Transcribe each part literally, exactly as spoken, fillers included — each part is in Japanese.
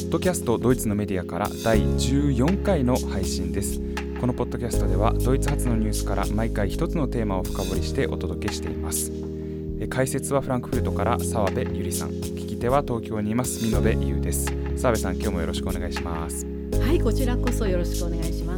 ッドキャストドイツのメディアからだいじゅうよんかいの配信です。このポッドキャストではドイツ発のニュースから毎回一つのテーマを深掘りしてお届けしています。解説はフランクフルトから澤部ゆりさん、聞き手は東京にいます見延優です。澤部さん、今日もよろしくお願いします。 はい、こちらこそよろしくお願いします。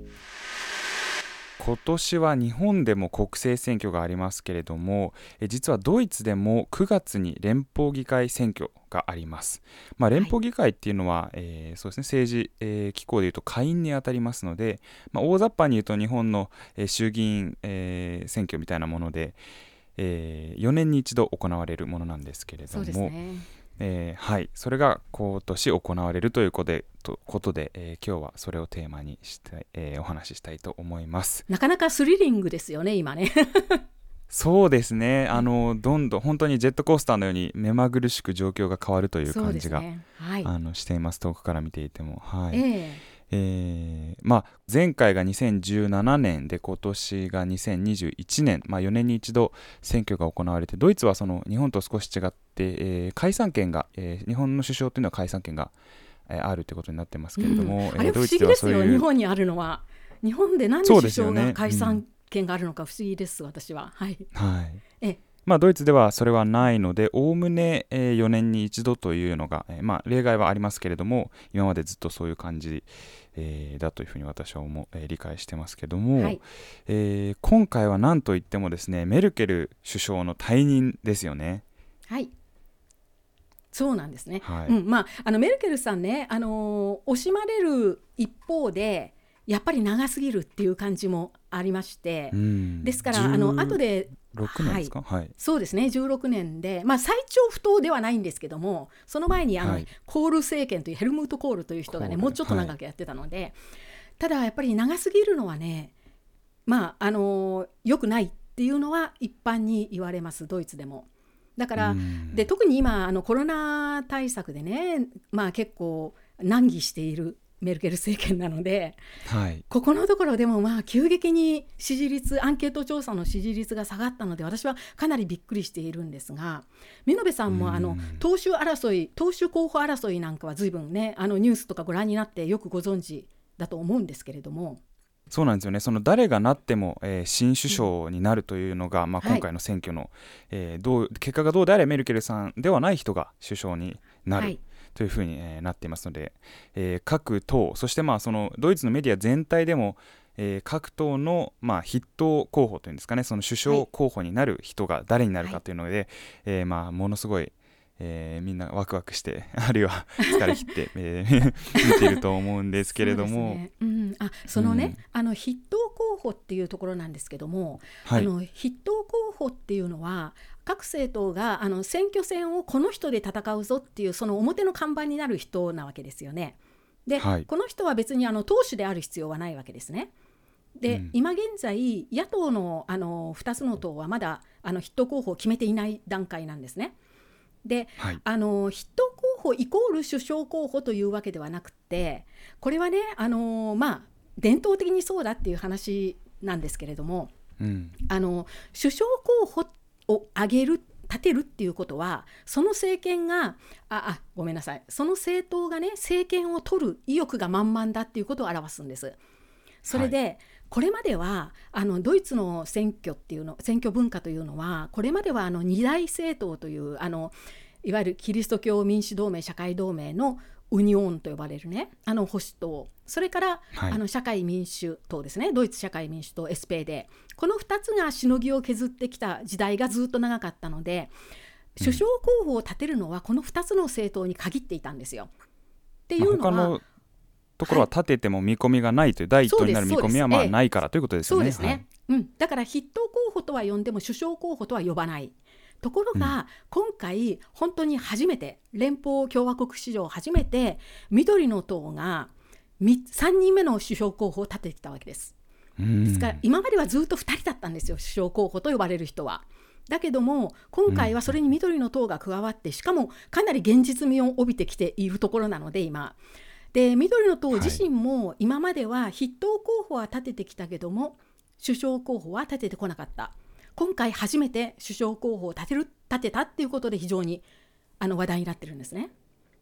今年は日本でも国政選挙がありますけれども、え実はドイツでもくがつに連邦議会選挙があります。まあ、連邦議会っていうのは、はいえーそうですね、政治、えー機構でいうと下院にあたりますので、まあ、大雑把に言うと日本の、えー衆議院、えー選挙みたいなもので、えーよねんに一度行われるものなんですけれども、 そうですね。 えーはい、それが今年行われるということで、とことでえー今日はそれをテーマにして、えーお話ししたいと思います。 なかなかスリリングですよね、今ね。 そうですね、あのどんどん本当にジェットコースターのように目まぐるしく状況が変わるというそう感じが、 ですね。はい。 あのしています。遠くから見ていても、はいえええーまあ、前回がにせんじゅうななねんで今年がにせんにじゅういちねん、まあ、よねんに一度選挙が行われて、ドイツはその日本と少し違って、えー解散権が、えー日本の首相というのは解散権が、えーあるということになってますけれども、 うん、あれ不思議えードイツでですよ、 はそういう日本にあるのは。日本でなんで首そうですよね相が解散うん権があるのか不思議です、私は。はい。 はいええまあ、ドイツではそれはないので、おおむねえーよねんに一度というのが、えーまあ、例外はありますけれども、今までずっとそういう感じ、えーだというふうに私は思う、えー理解してますけども、 はいえー今回は何といってもですね、メルケル首相の退任ですよね。 はいそうなんですね。 はいうんまあ、あのメルケルさんね、あのー惜しまれる一方でやっぱり長すぎるっていう感じもありまして、 うんですからあの後でろくねんですか、はいそうですね、じゅうろくねんで、まあ、最長不当ではないんですけども、その前にあの、 はいコール政権というヘルムート・コールという人がねコールもうちょっと長くやってたので、ただやっぱり長すぎるのはね、まああの良くないっていうのは一般に言われます、ドイツでも。だからうんで特に今あのコロナ対策でね、まあ、結構難儀しているメルケル政権なので、 はいここのところでもまあ急激に支持率、アンケート調査の支持率が下がったので、私はかなりびっくりしているんですが、見延さんもあの党首争い、党首候補争いなんかは随分ね、あのニュースとかご覧になってよくご存知だと思うんですけれども。 そうなんですよね。その誰がなっても、えー新首相になるというのが、まあ、 はい今回の選挙の、えーどう結果がどうであれメルケルさんではない人が首相になる、 はいというふうに、えーなっていますので、えー各党、そしてまあそのドイツのメディア全体でも、えー各党のまあ筆頭候補というんですかね、その首相候補になる人が誰になるかというので、えーまあものすごい、えーみんなワクワクしてあるいは疲れ切って、えー見ていると思うんですけれども、 そうですね、うん、あそのね、 うんあの筆頭候補っていうところなんですけども、 はいあの筆頭候補っていうのは各政党があの選挙戦をこの人で戦うぞっていうその表の看板になる人なわけですよね。で、 はいこの人は別にあの党首である必要はないわけですね。で、 うん今現在野党の、あのふたつの党はまだあの筆頭候補を決めていない段階なんですね。で、 はいあの筆頭候補イコール首相候補というわけではなくて、これはね、あのまあ伝統的にそうだっていう話なんですけれども、 うんあの首相候補を挙げる立てるっていうことは、その政権がああごめんなさいその政党がね政権を取る意欲が満々だっていうことを表すんです。それで、これまではあのドイツの選挙っていうの選挙文化というのは、これまではあの二大政党というあのいわゆるキリスト教民主同盟社会同盟のウニオンと呼ばれるね、あの保守党、それから、 はい、 あの社会民主党ですね、ドイツ社会民主党 エスペーデー、 このふたつがしのぎを削ってきた時代がずっと長かったので、首相候補を立てるのはこのふたつの政党に限っていたんですよ。っていうのは、 まあ他のところは立てても見込みがないという、第一党になる見込みはまあないからということですよね。 そうですね、はいうん、だから筆頭候補とは呼んでも首相候補とは呼ばない。ところが、うん、今回本当に初めて連邦共和国史上初めて緑の党がさんにんめの首相候補を立ててきたわけです。ですから今まではずっとふたりだったんですよ、首相候補と呼ばれる人は。だけども今回はそれに緑の党が加わって、しかもかなり現実味を帯びてきているところなので、今で緑の党自身も今までは筆頭候補は立ててきたけども首相候補は立ててこなかった。今回初めて首相候補を立てる立てたっていうことで非常にあの話題になってるんですね。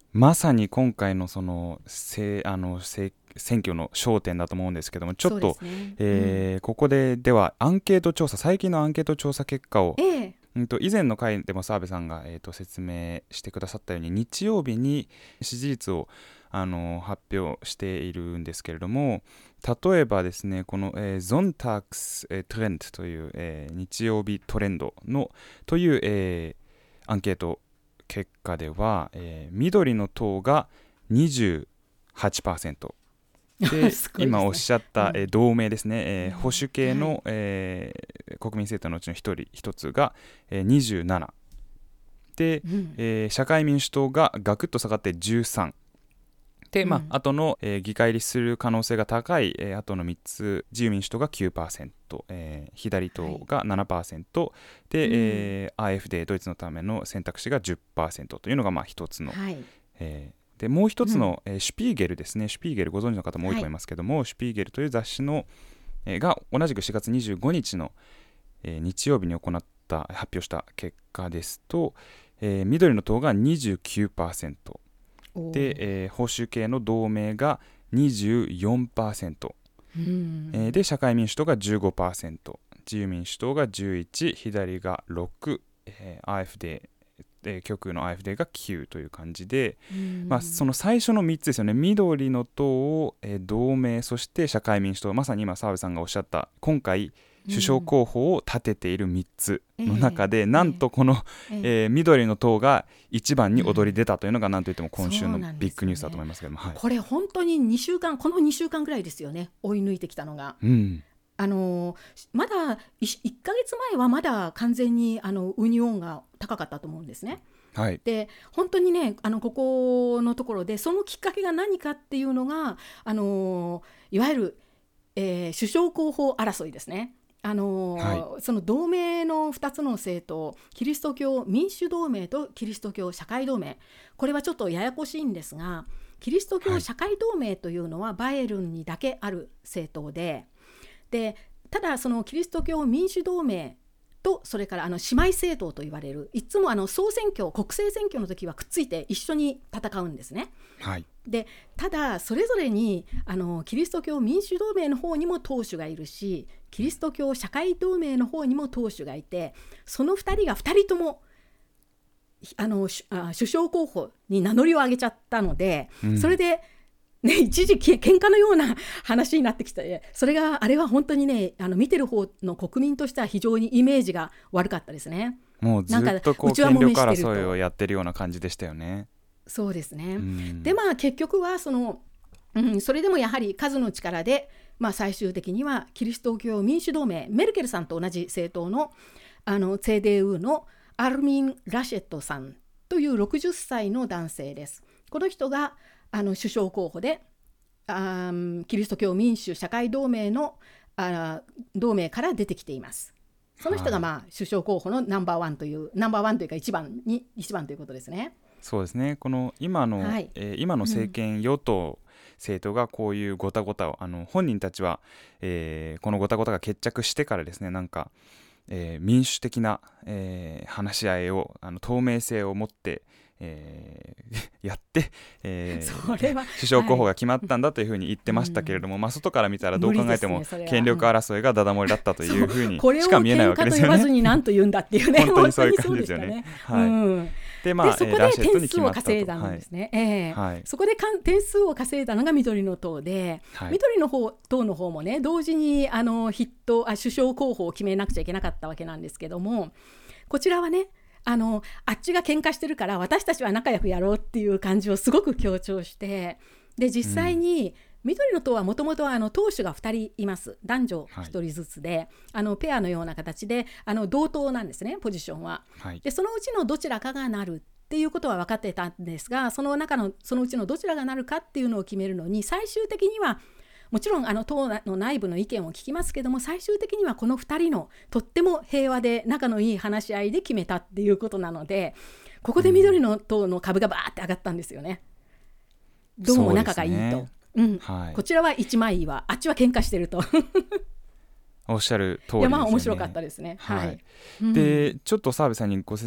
まさに今回のそのせあのせ選挙の焦点だと思うんですけども、ちょっと、 ねえーうん、ここでではアンケート調査、最近のアンケート調査結果を、 ええうん、と以前の回でも澤部さんが、えー、と説明してくださったように、日曜日に支持率をあの発表しているんですけれども、例えばですね、この、えー、ゾンタークストレンドという、えー、日曜日トレンドのという、えー、アンケート結果では、えー、緑の党が にじゅうはちパーセント で、ね、今おっしゃった、えー、同盟ですね、えー、保守系の、はいえー、国民政党のうちの一人一つが、えー、にじゅうななで、うんえー、社会民主党がガクッと下がってじゅうさんで、まあ、うん、後の、えー、議会入りする可能性が高い、えー、後のみっつ、自由民主党が きゅうパーセント、えー、左党が ななパーセント、はい、で、うんえー、アーエフディー ドイツのための選択肢が じゅっパーセント というのがまあ一つの、はいえー、でもう一つの、うんえー、シュピーゲルですね。シュピーゲルご存知の方も多いと思いますけども、はい、シュピーゲルという雑誌の、えー、が同じくしがつにじゅうごにちの、えー、日曜日に行った発表した結果ですと、えー、緑の党が にじゅうきゅうパーセントで、えー、保守系の同盟が にじゅうよんパーセント、うんえー、で社会民主党が じゅうごパーセント、自由民主党がじゅういち、左がろく、えー、アーエフディー、えー、極右の アーエフディー がきゅうという感じで、まあ、その最初のみっつですよね。緑の党を、えー、同盟、そして社会民主党、まさに今澤部さんがおっしゃった今回首相候補を立てているみっつの中で、うん、なんとこの、えーえー、緑の党が一番に躍り出たというのが何といっても今週のビッグニュースだと思いますけども、 はい、これ本当ににしゅうかん、このにしゅうかんぐらいですよね、追い抜いてきたのが、うん、あのまだ 1, いっかげつまえはまだ完全にあのウニオンが高かったと思うんですね。はい、で本当にね、あのここのところでそのきっかけが何かっていうのが、あのいわゆる、えー、首相候補争いですね。あのーはい、その同盟のふたつの政党、キリスト教民主同盟とキリスト教社会同盟、これはちょっとややこしいんですが、キリスト教社会同盟というのはバイエルンにだけある政党で、でただそのキリスト教民主同盟と、それからあの姉妹政党と言われる、いつもあの総選挙、国政選挙の時はくっついて一緒に戦うんですね。はい、でただそれぞれにあのキリスト教民主同盟の方にも党首がいるし、キリスト教社会同盟の方にも党首がいて、そのふたりがふたりともあのあ首相候補に名乗りを上げちゃったので、うん、それでね、一時喧嘩のような話になってきて、それがあれは本当にね、あの見てる方の国民としては非常にイメージが悪かったですね。 もうずっとこう権力争いをやってるような感じでしたよね。 そうですね、うん、でまあ結局はその、うん、それでもやはり数の力で、まあ、最終的にはキリスト教民主同盟、メルケルさんと同じ政党の、あの ツェーデーユー のアルミン・ラシェットさんというろくじゅっさいの男性です。この人があの首相候補で、あキリスト教民主社会同盟のあ同盟から出てきています。その人が、まあはい、首相候補のナンバーワンというナンバーワンというか一番に一番ということですね。 そうですね。この今の、はいえー、今の政権、うん、与党政党がこういうごたごたを、あの本人たちは、えー、このごたごたが決着してからですね、なんか、えー、民主的な、えー、話し合いを、あの透明性を持ってえー、やって、えー、それは首相候補が決まったんだというふうに言ってましたけれども、はい、まあ、外から見たらどう考えても権力争いがダダ漏れだったというふうにしか見えないわけですよね。 これを喧嘩と言わずに何と言うんだっていうね本当にそういう感じですよね。はい、うんでまあ、でそこで点数を稼いだんですね。はいえーはい、そこでかん点数を稼いだのが緑の党で、はい、緑の方党の方もね、同時にあの筆頭あ首相候補を決めなくちゃいけなかったわけなんですけども、こちらはね、あのあっちが喧嘩してるから私たちは仲良くやろうっていう感じをすごく強調して、で実際に緑の党はもともと党首がふたりいます。男女ひとりずつで、はい、あのペアのような形であの同等なんですね、ポジションは、はい、でそのうちのどちらかがなるっていうことは分かってたんですが、その中のそのうちのどちらがなるかっていうのを決めるのに、最終的にはもちろんあの党の内部の意見を聞きますけども、最終的にはこのふたりのとっても平和で仲のいい話し合いで決めたっていうことなので、ここで緑の党の株がバーって上がったんですよね。どうも仲がいいと、うんはい、こちらは一枚岩、あっちは喧嘩してるとおっしゃる通りですよね。 いやまあ面白かったですね。 はいはい、でちょっと澤部さんにご説明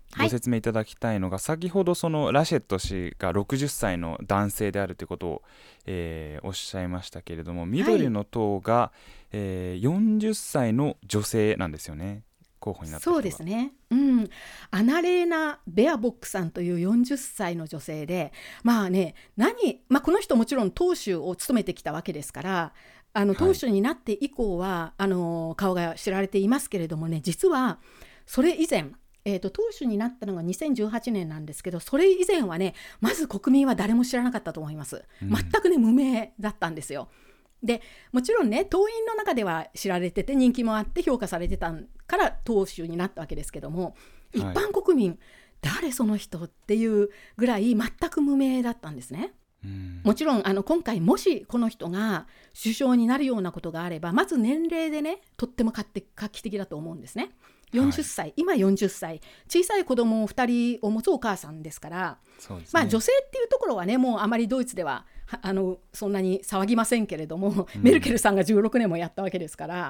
ご説明いただきたいのが、はい、先ほどそのラシェット氏がろくじゅっさいの男性であるということを、えー、おっしゃいましたけれども、緑の党が、はい、えー、よんじゅっさいの女性なんですよね、候補になった人が。 そうですね、うん、アナレーナ・ベアボックさんというよんじゅっさいの女性で、まあね、何、まあ、この人もちろん党首を務めてきたわけですから、あの党首になって以降は、はい、あの顔が知られていますけれどもね、実はそれ以前、えーと、党首になったのがにせんじゅうはちねんなんですけど、それ以前はね、まず国民は誰も知らなかったと思います、うん、全くね無名だったんですよ。でもちろんね、党員の中では知られてて人気もあって評価されてたから党首になったわけですけども、一般国民、はい、誰その人っていうぐらい全く無名だったんですね。うん、もちろんあの今回もしこの人が首相になるようなことがあれば、まず年齢でねとっても画期的だと思うんですね。よんじゅっさい、はい、今よんじゅっさい、小さい子供をふたりを持つお母さんですから、そうですね、まあ、女性っていうところはねもうあまりドイツではあのそんなに騒ぎませんけれども、うん、メルケルさんがじゅうろくねんもやったわけですから、はい、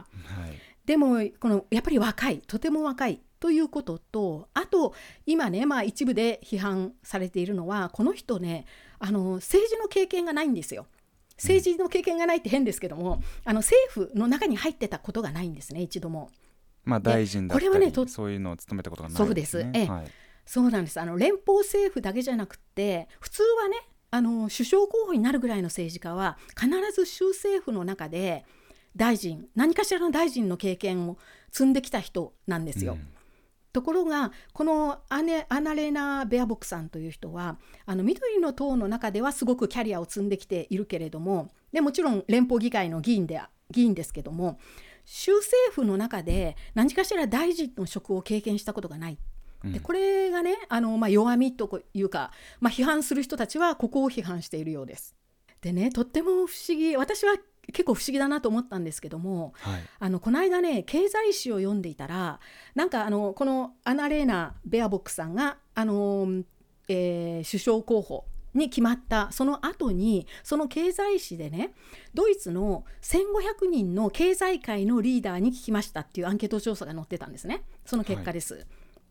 でもこのやっぱり若い、とても若いということと、あと今ね、まあ、一部で批判されているのは、この人ねあの政治の経験がないんですよ。政治の経験がないって変ですけども、うん、あの政府の中に入ってたことがないんですね、一度も。 まあ、大臣だったり、これはね、とそういうのを務めたことがないですね。 そうです、ええ、はい、そうなんです。あの連邦政府だけじゃなくて、普通はねあの首相候補になるぐらいの政治家は必ず州政府の中で大臣、何かしらの大臣の経験を積んできた人なんですよ。うん、ところがこのアネ、アナレーナ・ベアボックさんという人は、あの緑の党の中ではすごくキャリアを積んできているけれども、でもちろん連邦議会の議員で議員ですけども、州政府の中で何かしら大臣の職を経験したことがない。でこれがねあの、まあ、弱みというか、まあ、批判する人たちはここを批判しているようです。でね、とっても不思議、私は結構不思議だなと思ったんですけども、はい、あのこの間ね経済誌を読んでいたら、なんかあのこのアナレーナ・ベアボックさんがあの、えー、首相候補に決まったその後に、その経済誌でね、ドイツのせんごひゃくにんの経済界のリーダーに聞きましたっていうアンケート調査が載ってたんですね。その結果です。はい、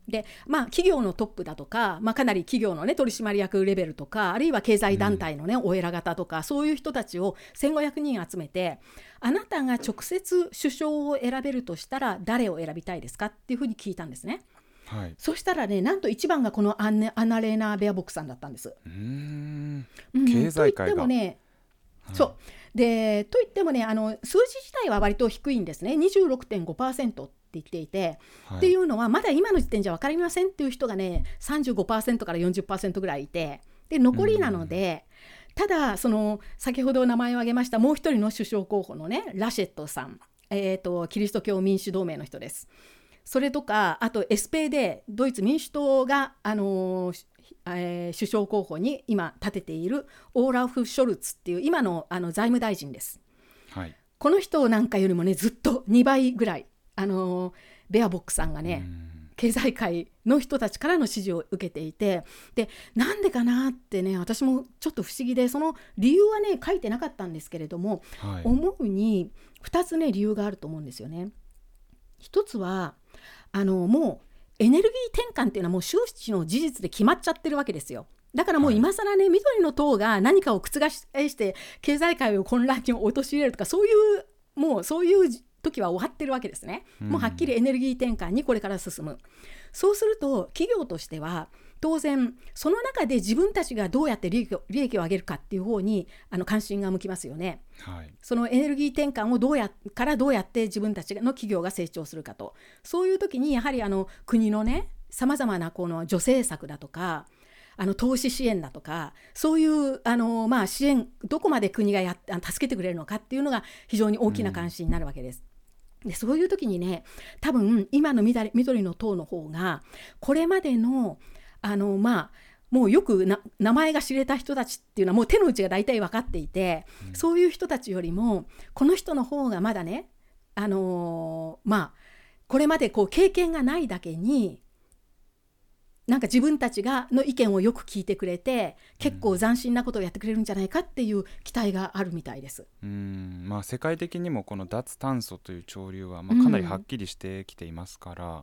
でまあ、企業のトップだとか、まあ、かなり企業の、ね、取締役レベルとか、あるいは経済団体の、ね、うん、お偉方とか、そういう人たちをせんごひゃくにん集めて、あなたが直接首相を選べるとしたら誰を選びたいですかっていうふうに聞いたんですね。はい、そしたらね、なんといちばんがこのアンネ、アナレーナ・ベアボックさんだったんです。 うーん、経済界が、 といってもね、はい、そうでといってもね、あの数字自体は割と低いんですね。 にじゅうろくてんごパーセント って言っていて、はい、っていうのはまだ今の時点じゃ分かりませんっていう人がね さんじゅうごパーセント から よんじゅっパーセント ぐらいいて、で残りなので、ただその先ほど名前を挙げましたもう一人の首相候補のねラシェットさん、えーと、キリスト教民主同盟の人です。それとかあと エスペーディー ドイツ民主党が、あのーえー、首相候補に今立てているオーラフ・ショルツっていう今 の, あの財務大臣です。はい、この人なんかよりもねずっとにばいぐらい、あのー、ベアボックさんがね経済界の人たちからの支持を受けていて、でなんでかなってね、私もちょっと不思議で、その理由はね書いてなかったんですけれども、はい、思うにふたつね理由があると思うんですよね。一つはあのもうエネルギー転換っていうのはもう周知の事実で決まっちゃってるわけですよ。だからもう今更ね、はい、緑の党が何かを覆して経済界を混乱に陥れるとか、そういうもうそういう時は終わってるわけですね。もうはっきりエネルギー転換にこれから進む。そうすると企業としては当然その中で自分たちがどうやって利益を、利益を上げるかっていう方にあの関心が向きますよね。はい、そのエネルギー転換をどうやからどうやって自分たちの企業が成長するかと、そういう時にやはりあの国のねさまざまなこの助成策だとか、あの投資支援だとか、そういうあの、まあ、支援どこまで国がや助けてくれるのかっていうのが非常に大きな関心になるわけです。うん、でそういう時にね、多分今の緑、緑の党の方がこれまでのあのまあもうよくな名前が知れた人たちっていうのはもう手の内が大体分かっていて、うん、そういう人たちよりもこの人の方がまだね、あのー、まあこれまでこう経験がないだけに、なんか自分たちがの意見をよく聞いてくれて、結構斬新なことをやってくれるんじゃないかっていう期待があるみたいです。 うーん、まあ、世界的にもこの脱炭素という潮流はまあかなりはっきりしてきていますから、うん、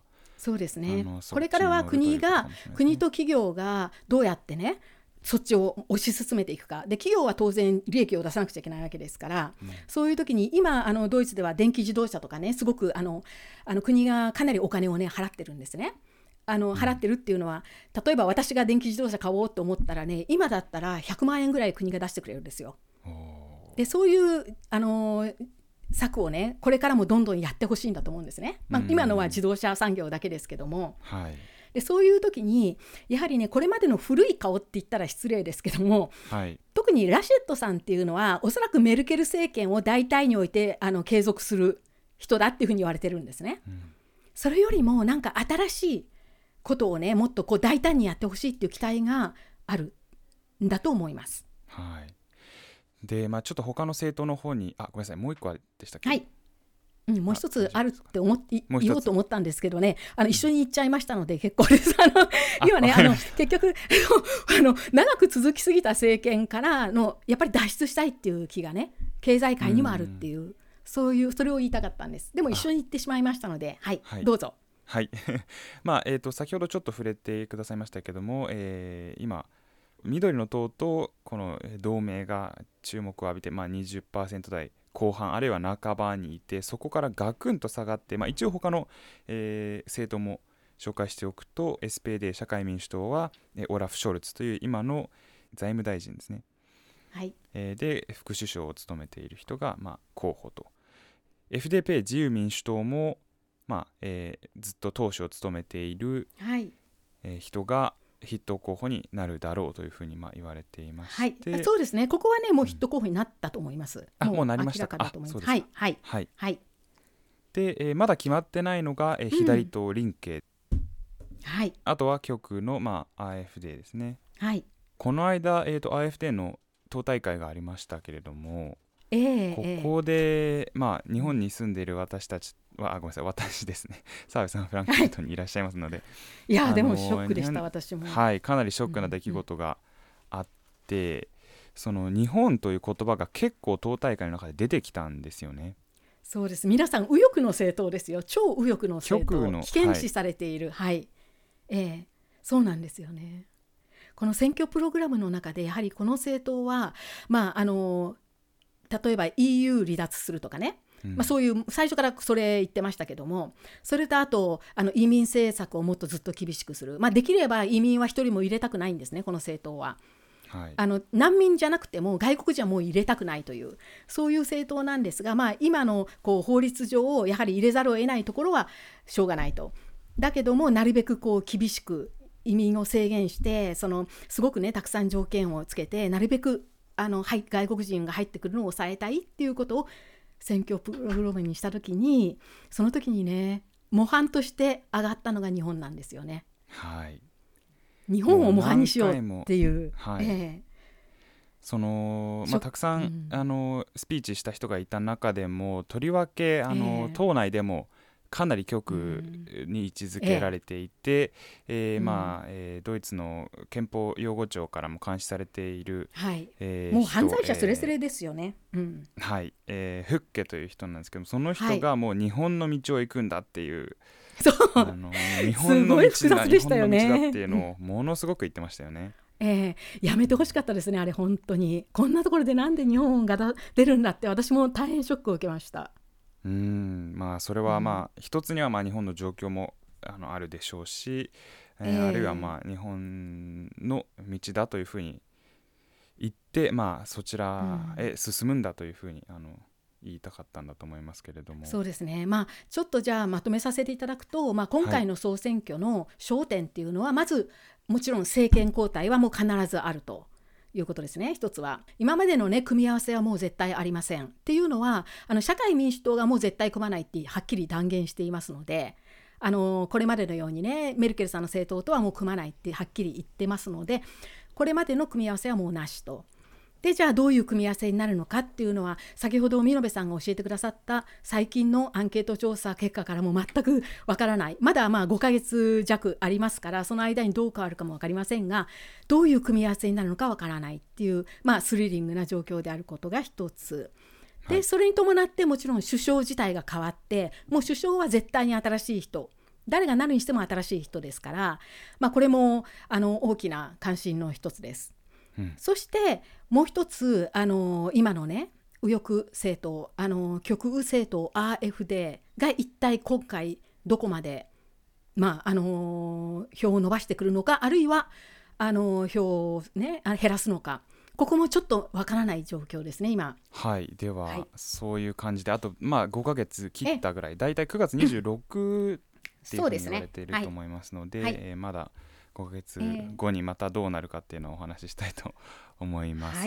そうですあね。 のそこれからはっちに乗るということか国がもしれないですね。 国と企業がどうやってねそっちを推し進めていくかで、企業は当然利益を出さなくちゃいけないわけですから、 うんそういう時に今あのドイツでは電気自動車とかねすごくあのあの国がかなりお金をね払ってるんですね。あの払ってるっていうのは、例えば私が電気自動車買おうと思ったらね、今だったらひゃくまんえんぐらい国が出してくれるんですよ。 おーでそういうあの策をねこれからもどんどんやってほしいんだと思うんですね。まあ、 うん今のは自動車産業だけですけども、 はいでそういう時にやはりねこれまでの古い顔って言ったら失礼ですけども、 はい特にラシェットさんっていうのはおそらくメルケル政権を大体においてあの継続する人だっていうふうに言われてるんですね。 うんそれよりもなんか新しいことをねもっとこう大胆にやってほしいっていう期待があるんだと思います。 はいでまあちょっと他の政党の方にあごめんなさいもう一個でしたっけ。 はい、うん、もう一つあるって思ってもう一つ言おうと思ったんですけどね、あの一緒に言っちゃいましたので結構です。あの今ねあの結局あの長く続きすぎた政権からのやっぱり脱出したいっていう気がね経済界にもあるっていう、そういうそれを言いたかったんです。でも一緒に言ってしまいましたので、はい、 はい、 どうぞ。 はいまあえー、と先ほどちょっと触れてくださいましたけども、えー今緑の党とこのえー同盟が注目を浴びて、まあ、にじゅっパーセント台後半あるいは半ばにいて、そこからガクンと下がって、まあ、一応他の、えー政党も紹介しておくと エスピーディー 社会民主党はえーオラフ・ショルツという今の財務大臣ですね、 はいえーで副首相を務めている人が、まあ、候補と エフディーピー 自由民主党も、まあえーずっと党首を務めている、 はいえー人が筆頭候補になるだろうというふうにまあ言われていまはいして、 そうですね、ここはねもうヒット候補になったと思います。 あもうなりました明らかだと思います。 あそうですかはいはいはいはいで、えーまだ決まってないのが、えーうん左党連携、 はいあとは極右の、まあ、アーエフディー ですね。 はいこの間、えー、と アーエフディー の党大会がありましたけれども、 えー、 こえーこで、まあ、日本に住んでいる私たちはあごめんなさい私ですね澤部さんフランクフルトにいらっしゃいますので、 いや、 あのーでもショックでした日本私も。 はい、かなりショックな出来事があって、その日本という言葉が結構党大会の中で出てきたんですよね。 そうです、皆さん右翼の政党ですよ、超右翼の政党、 極右の危険視されている、はい、ええ、そうなんですよね。この選挙プログラムの中でやはりこの政党は、まあ、あの例えば イーユー 離脱するとかね、 うんまあ、そういう最初からそれ言ってましたけども、それとあとあの移民政策をもっとずっと厳しくする、まあ、できれば移民は一人も入れたくないんですね、この政党は。 はいあの難民じゃなくても外国人はもう入れたくないというそういう政党なんですが、まあ、今のこう法律上やはり入れざるを得ないところはしょうがないと。だけどもなるべくこう厳しく移民を制限して、そのすごくねたくさん条件をつけてなるべくあの、はい、外国人が入ってくるのを抑えたいっていうことを選挙プログラムにした時に、その時にね模範として上がったのが日本なんですよね。 はい日本を模範にしようもう何回もっていう、 はいええその、 しょまあ、たくさん、 うんあのスピーチした人がいた中でもとりわけあの、 ええ党内でもかなり極右に位置づけられていて、えーうんまあえードイツの憲法擁護庁からも監視されている、 はい、 えーもう犯罪者人すれすれですよね。うんえーはいえーフッケという人なんですけど、そのはい人がもう日本の道を行くんだっていう、 そうあの日本の道すごい複だ雑でしたよね日本の道だっていうのをものすごく言ってましたよね。 えーやめてほしかったですね、あれ本当に。こんなところでなんで日本がだ出るんだって私も大変ショックを受けました。 うーんまあそれはまあ、一つにはまあ日本の状況もあのあるでしょうし、えーえーあるいはまあ日本の道だというふうに言って、まあ、そちらへ進むんだというふうにあの言いたかったんだと思いますけれども。 そうですね、まあ、ちょっとじゃあまとめさせていただくと、まあ、今回の総選挙の焦点っていうのは、まずもちろん政権交代はもう必ずあるということですね。一つは今までの、ね、組み合わせはもう絶対ありませんっていうのは、あの社会民主党がもう絶対組まないってはっきり断言していますので、あのこれまでのようにねメルケルさんの政党とはもう組まないってはっきり言ってますので、これまでの組み合わせはもうなしと。でじゃあどういう組み合わせになるのかっていうのは、先ほど見延さんが教えてくださった最近のアンケート調査結果からも全くわからない。まだまあごかげつ弱ありますから、その間にどう変わるかも分かりませんが、どういう組み合わせになるのかわからないっていう、まあ、スリリングな状況であることが一つで、 はいそれに伴ってもちろん首相自体が変わって、もう首相は絶対に新しい人誰がなるにしても新しい人ですから、まあ、これもあの大きな関心の一つです。うん、そしてもう一つ、あの今のね右翼政党、あの極右政党 アーエフディー が一体今回どこまで、まああの票を伸ばしてくるのか、あるいはあの票を、ね、減らすのか、ここもちょっとわからない状況ですね今。 はい、では、はい、そういう感じで、あと、まあ、ごかげつ切ったぐらい、だいたいくがつにじゅうろくっていうふうに言われていると思いますので、はい、えー、まだごかげつごにまたどうなるかっていうのをお話ししたいと思います。はい、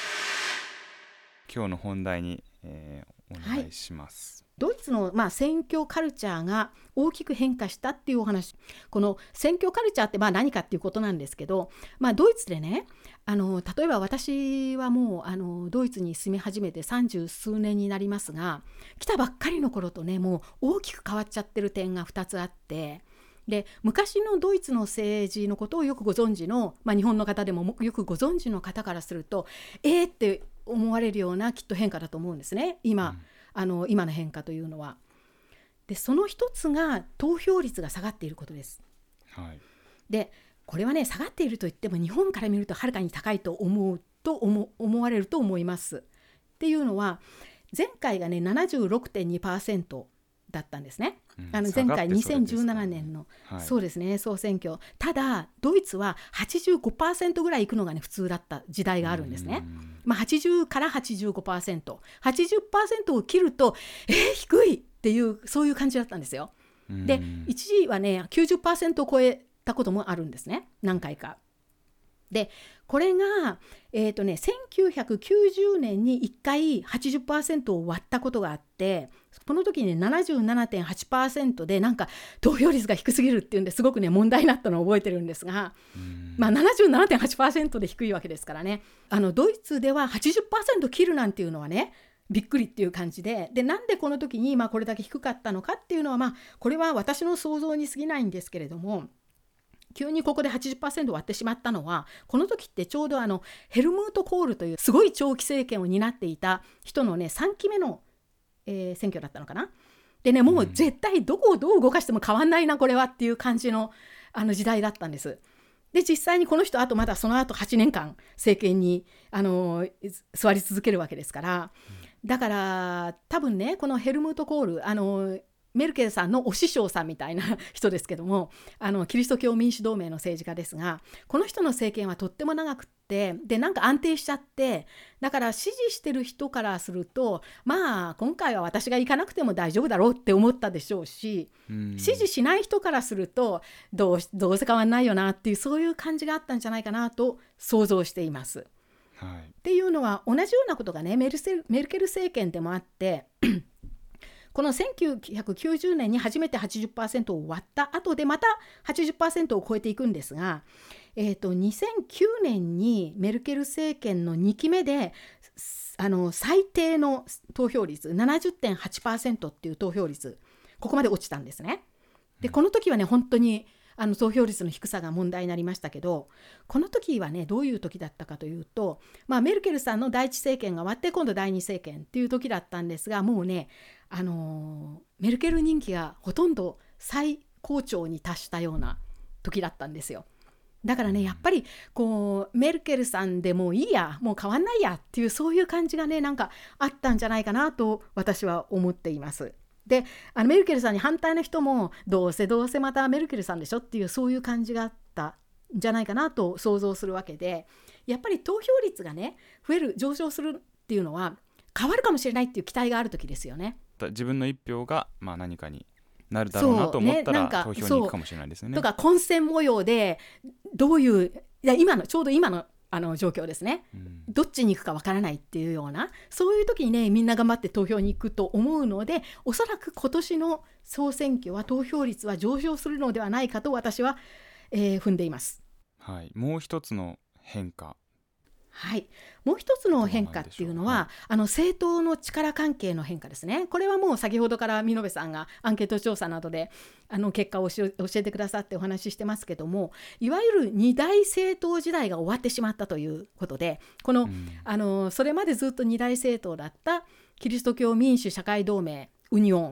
今日の本題に、えー、お願いします。 はい、ドイツの、まあ、選挙カルチャーが大きく変化したっていうお話。この選挙カルチャーってまあ何かっていうことなんですけど、まあ、ドイツでね、あの例えば私はもうあのドイツに住み始めて三十数年になりますが、来たばっかりの頃とねもう大きく変わっちゃってる点がふたつあって、で昔のドイツの政治のことをよくご存知の、まあ、日本の方でもよくご存知の方からするとえーって思われるようなきっと変化だと思うんですね 今,、うん、あの今の変化というのは。でその一つが投票率が下がっていることです。はい、でこれはね下がっているといっても日本から見るとはるかに高いと思うと 思, 思われると思います。っていうのは前回がね ななじゅうろくてんにパーセント だったんですね。うん、あの前回にせんじゅうななねんの、はい、そうですね総選挙。ただドイツは はちじゅうごパーセント ぐらいいくのがね普通だった時代があるんですね。まあ、はちじゅうから はちじゅうごパーセント、はちじゅっパーセント を切るとえー、低いっていうそういう感じだったんですよ。で一時はね きゅうじゅっパーセント を超えたこともあるんですね、何回か。でこれが、えーとね、せんきゅうひゃくきゅうじゅうねんにいっかい はちじゅっパーセント を割ったことがあって、この時に、ね、ななじゅうななてんはちパーセント でなんか投票率が低すぎるっていうんですごくね問題になったのを覚えてるんですが、まあ、ななじゅうななてんはちパーセント で低いわけですからね。あのドイツでは はちじゅっパーセント 切るなんていうのはねびっくりっていう感じで、でなんでこの時にまあこれだけ低かったのかっていうのは、まあ、これは私の想像に過ぎないんですけれども、急にここで はちじゅっパーセント 割ってしまったのは、この時ってちょうどあのヘルムート・コールというすごい長期政権を担っていた人のねさんきめの、えー、選挙だったのかな。でねもう絶対どこをどう動かしても変わんないなこれはっていう感じの、あの時代だったんです。で実際にこの人あとまだその後はちねんかん政権にあの座り続けるわけですから、だから多分ねこのヘルムート・コール、あのメルケルさんのお師匠さんみたいな人ですけども、あのキリスト教民主同盟の政治家ですが、この人の政権はとっても長くって、でなんか安定しちゃって、だから支持してる人からするとまあ今回は私が行かなくても大丈夫だろうって思ったでしょうし、支持しない人からするとどう、どうせ変わんないよなっていうそういう感じがあったんじゃないかなと想像しています。はい、っていうのは同じようなことがねメルセ、メルケル政権でもあってこのせんきゅうひゃくきゅうじゅうねんに初めて はちじゅっパーセント を割った後でまた はちじゅっパーセント を超えていくんですが、えーと、にせんきゅうねんにメルケル政権のにきめであの最低の投票率 ななじゅってんはちパーセント っていう投票率、ここまで落ちたんですね。でこの時はね本当にあの投票率の低さが問題になりましたけど、この時はねどういう時だったかというと、まあ、メルケルさんの第一政権が終わって今度第二政権っていう時だったんですが、もうね、あのー、メルケル人気がほとんど最高潮に達したような時だったんですよ。だからねやっぱりこうメルケルさんでもういいやもう変わんないやっていうそういう感じがねなんかあったんじゃないかなと私は思っています。であのメルケルさんに反対の人もどうせどうせまたメルケルさんでしょっていうそういう感じがあったんじゃないかなと想像するわけで、やっぱり投票率がね増える上昇するっていうのは変わるかもしれないっていう期待がある時ですよね。 自分の一票がまあ何かになるだろうなと思ったら、ね、投票に行くかもしれないですよね。 とか混戦模様でどういういや今のちょうど今のあの状況ですね、うん、どっちに行くかわからないっていうようなそういう時にねみんな頑張って投票に行くと思うので、おそらく今年の総選挙は投票率は上昇するのではないかと私は、えー、踏んでいます。はい、 もう一つの変化、 はい、もう一つの変化っていうのは、はい、あの政党の力関係の変化ですね。これはもう先ほどから見延さんがアンケート調査などであの結果を教えてくださってお話ししてますけども、いわゆる二大政党時代が終わってしまったということで、この、うん、あのそれまでずっと二大政党だったキリスト教民主社会同盟ユニオン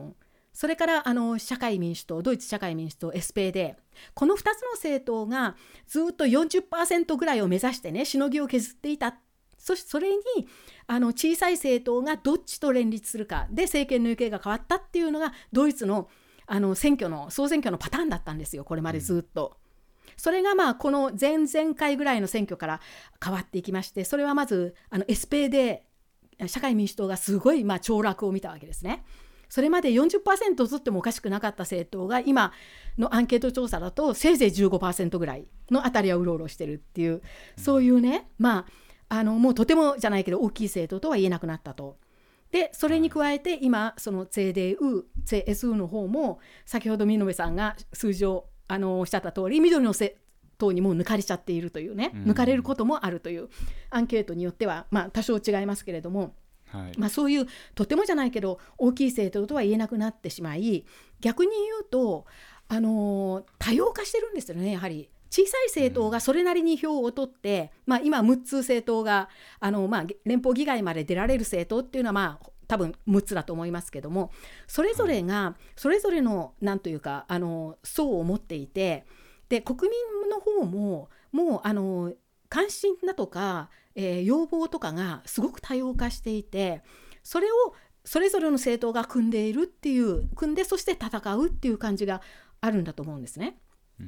それからあの社会民主党、ドイツ社会民主党 エスペーデー、 このふたつの政党がずっと よんじゅっパーセント ぐらいを目指してねしのぎを削っていた。そしてそれにあの小さい政党がどっちと連立するかで政権の行方が変わったっていうのがドイツのあの選挙の総選挙のパターンだったんですよ、これまでずっと。それがまあこの前々回ぐらいの選挙から変わっていきまして、それはまずあの エスペーデー 社会民主党がすごいまあ凋落を見たわけですね。それまで よんじゅっパーセント 取ってもおかしくなかった政党が今のアンケート調査だとせいぜい じゅうごパーセント ぐらいのあたりはうろうろしてるっていう、そういうね、まあ、あのもうとてもじゃないけど大きい政党とは言えなくなったと。でそれに加えて今その ツェーデーユー、ツェーエスユー の方も先ほど見延さんが数字をあのおっしゃった通り緑の政党にもう抜かれちゃっているというね、抜かれることもあるというアンケートによっては、まあ、多少違いますけれども、はい、まあ、そういうとてもじゃないけど大きい政党とは言えなくなってしまい、逆に言うとあの多様化してるんですよね。やはり小さい政党がそれなりに票を取って、うん、まあ、今むっつ政党があの、まあ、連邦議会まで出られる政党っていうのはまあ多分むっつだと思いますけども、それぞれがそれぞれのなんというかあの層を持っていて、で国民の方ももうあの関心だとか、えー、要望とかがすごく多様化していて、それをそれぞれの政党が組んでいるっていう組んでそして戦うっていう感じがあるんだと思うんですね。うん、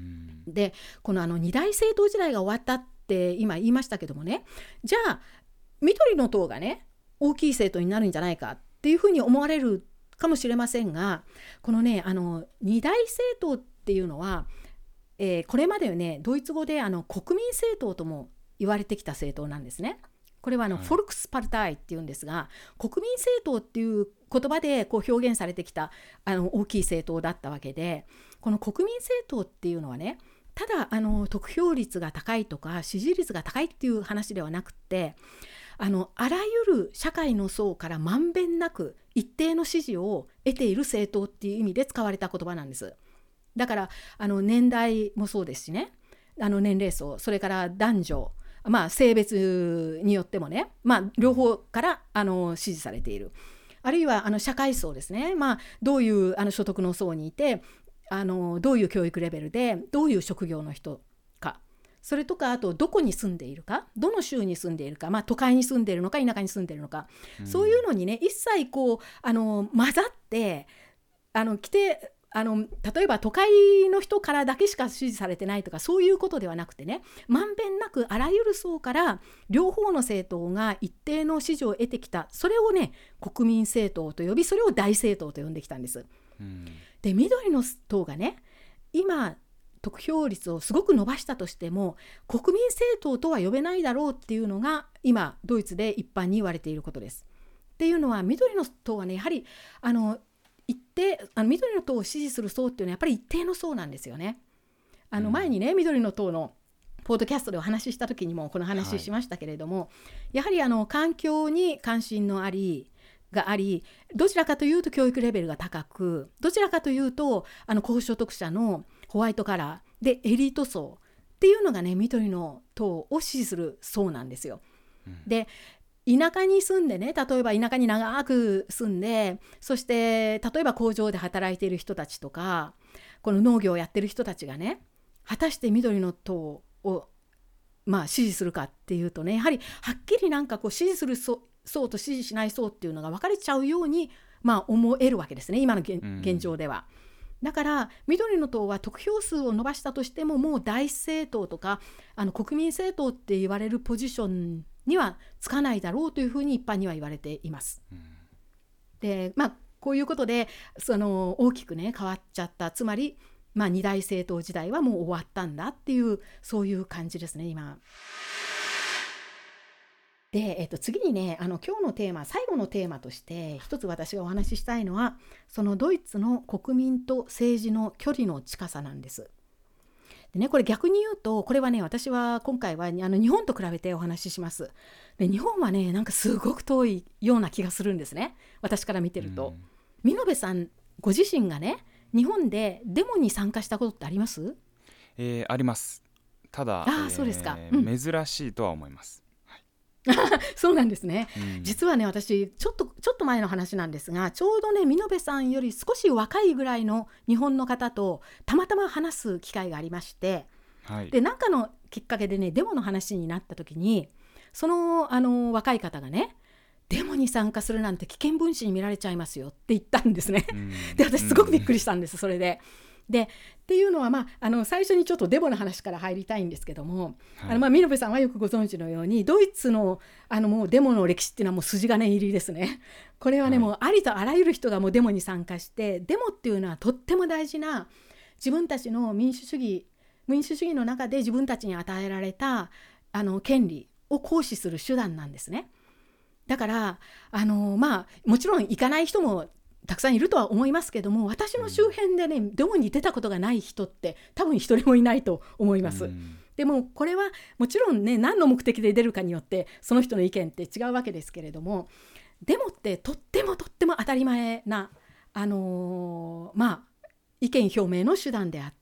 でこのあの二大政党時代が終わったって今言いましたけどもね、じゃあ緑の党がね大きい政党になるんじゃないかっていうふうに思われるかもしれませんが、このねあの二大政党っていうのは、えー、これまではねドイツ語であの国民政党とも言われてきた政党なんですね。これはあの、はい、フォルクスパルタイっていうんですが、国民政党っていう言葉でこう表現されてきたあの大きい政党だったわけで、この国民政党っていうのはね、ただあの得票率が高いとか支持率が高いっていう話ではなくて、あのあらゆる社会の層からまんべんなく一定の支持を得ている政党っていう意味で使われた言葉なんです。だからあの年代もそうですしね、あの年齢層、それから男女、まあ、性別によってもね、まあ、両方からあの支持されている。あるいはあの社会層ですね、まあ、どういうあの所得の層にいて、あのどういう教育レベルでどういう職業の人か、それとかあとどこに住んでいるか、どの州に住んでいるか、まあ、都会に住んでいるのか田舎に住んでいるのか、うん、そういうのにね一切こうあの混ざってあの来てあの例えば都会の人からだけしか支持されてないとかそういうことではなくてね、まんべんなくあらゆる層から両方の政党が一定の支持を得てきた、それをね国民政党と呼び、それを大政党と呼んできたんです。うん、で緑の党がね今得票率をすごく伸ばしたとしても国民政党とは呼べないだろうっていうのが今ドイツで一般に言われていることです。っていうのは緑の党はねやはりあの一定あの緑の党を支持する層っていうのはやっぱり一定の層なんですよね。あの前にね、うん、緑の党のポッドキャストでお話しした時にもこの話しましたけれども、はい、やはりあの環境に関心のありがあり、どちらかというと教育レベルが高く、どちらかというとあの高所得者のホワイトカラーでエリート層っていうのがね緑の党を支持する層なんですよ。うん、で田舎に住んでね、例えば田舎に長く住んで、そして例えば工場で働いている人たちとかこの農業をやってる人たちがね果たして緑の党をまあ支持するかっていうとね、やはりはっきりなんかこう支持する層層と支持しない層っていうのが分かれちゃうようにまあ思えるわけですね、今の 現,、うん、現状では。だから緑の党は得票数を伸ばしたとしてももう大政党とかあの国民政党って言われるポジションにはつかないだろうというふうに一般には言われています。うん、でまあこういうことでその大きくね変わっちゃった、つまり、まあ、二大政党時代はもう終わったんだっていうそういう感じですね今。で、えっと、次にねあの今日のテーマ、最後のテーマとして一つ私がお話ししたいのはそのドイツの国民と政治の距離の近さなんです。でね、これ逆に言うとこれはね私は今回はあの日本と比べてお話しします。で日本はねなんかすごく遠いような気がするんですね、私から見てると。見延さんご自身がね日本でデモに参加したことってあります？ えー、あります。ただ、 あ、そうですか、 えーうん、珍しいとは思います。はい、 そうなんですね。 うん、 実はね、私ちょっとちょっと前の話なんですが、ちょうどね、美濃部さんより少し若いぐらいの日本の方とたまたま話す機会がありまして、 はい、 で何かのきっかけでね、デモの話になった時に、その、あの若い方がね、デモに参加するなんて危険分子に見られちゃいますよって言ったんですね。 うん、 で、私すごくびっくりしたんです、それで。でっていうのは、まあ、あの最初にちょっとデモの話から入りたいんですけども、 はい、 あのまあ美濃部さんはよくご存知のように、ドイツの、あのもうデモの歴史っていうのはもう筋金入りですね。これはね、 はい、 もうありとあらゆる人がもうデモに参加して、デモっていうのはとっても大事な、自分たちの民主主義民主主義の中で自分たちに与えられたあの権利を行使する手段なんですね。だからあの、まあ、もちろん行かない人もたくさんいるとは思いますけども、私の周辺でね、デモに出たことがない人って多分一人もいないと思います。 うん、 でもこれはもちろんね、何の目的で出るかによってその人の意見って違うわけですけれども、デモってとってもとっても当たり前な、あのーまあ、意見表明の手段であって、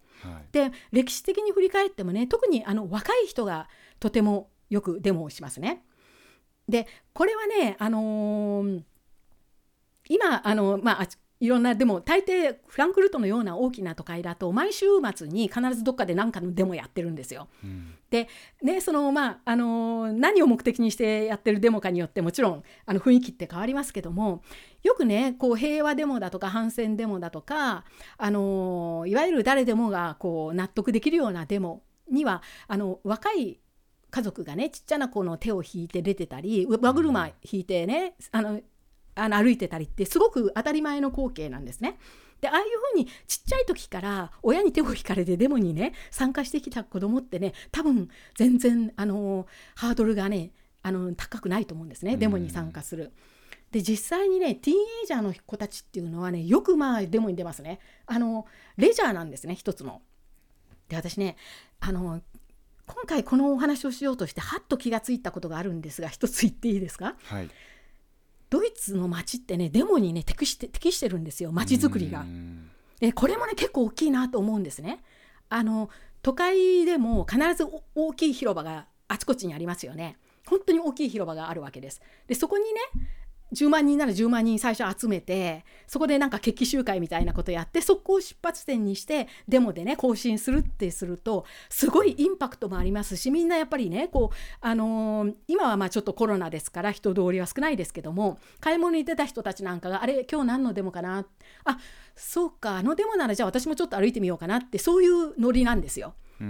はい、 で歴史的に振り返ってもね、特にあの若い人がとてもよくデモをしますね。でこれはね、あのー今あの、まあ、いろんなデモ、大抵フランクフルトのような大きな都会だと毎週末に必ずどっかで何かのデモやってるんですよ。 うん、 でね、そのまああの何を目的にしてやってるデモかによってもちろんあの雰囲気って変わりますけども、よくね、こう平和デモだとか反戦デモだとか、あのいわゆる誰でもがこう納得できるようなデモには、あの若い家族がね、ちっちゃな子の手を引いて出てたり、輪車引いてね、あのあの歩いてたりってすごく当たり前の光景なんですね。でああいうふうにちっちゃい時から親に手を引かれてデモにね参加してきた子供ってね、多分全然あのハードルがねあの高くないと思うんですね、デモに参加する。で実際にね、ティーンエイジャーの子たちっていうのはね、よくまあデモに出ますね。あのレジャーなんですね、一つの。で私ね、あの今回このお話をしようとしてはっと気がついたことがあるんですが、一つ言っていいですか。 はい、 ドイツの街ってね、デモにね適して適してるんですよ、街づくりが。でこれもね結構大きいなと思うんですね。あの都会でも必ず大きい広場があちこちにありますよね。本当に大きい広場があるわけです。でそこにね、じゅうまんにんならじゅうまんにん最初集めて、そこでなんか決起集会みたいなことやって、そこを出発点にしてデモでね行進するってすると、すごいインパクトもありますし、みんなやっぱりねこう、あのー、今はまあちょっとコロナですから人通りは少ないですけども、買い物に出た人たちなんかが、あれ今日何のデモかな、あそうか、あのデモならじゃあ私もちょっと歩いてみようかなって、そういうノリなんですよ。 うん、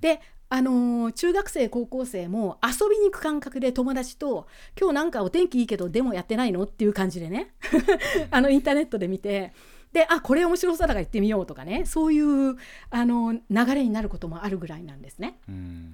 であのー、中学生高校生も遊びに行く感覚で友達と、今日なんかお天気いいけどデモやってないのっていう感じでねあのインターネットで見て、であこれ面白そうだから行ってみようとかね、そういうあの流れになることもあるぐらいなんですね。 うん、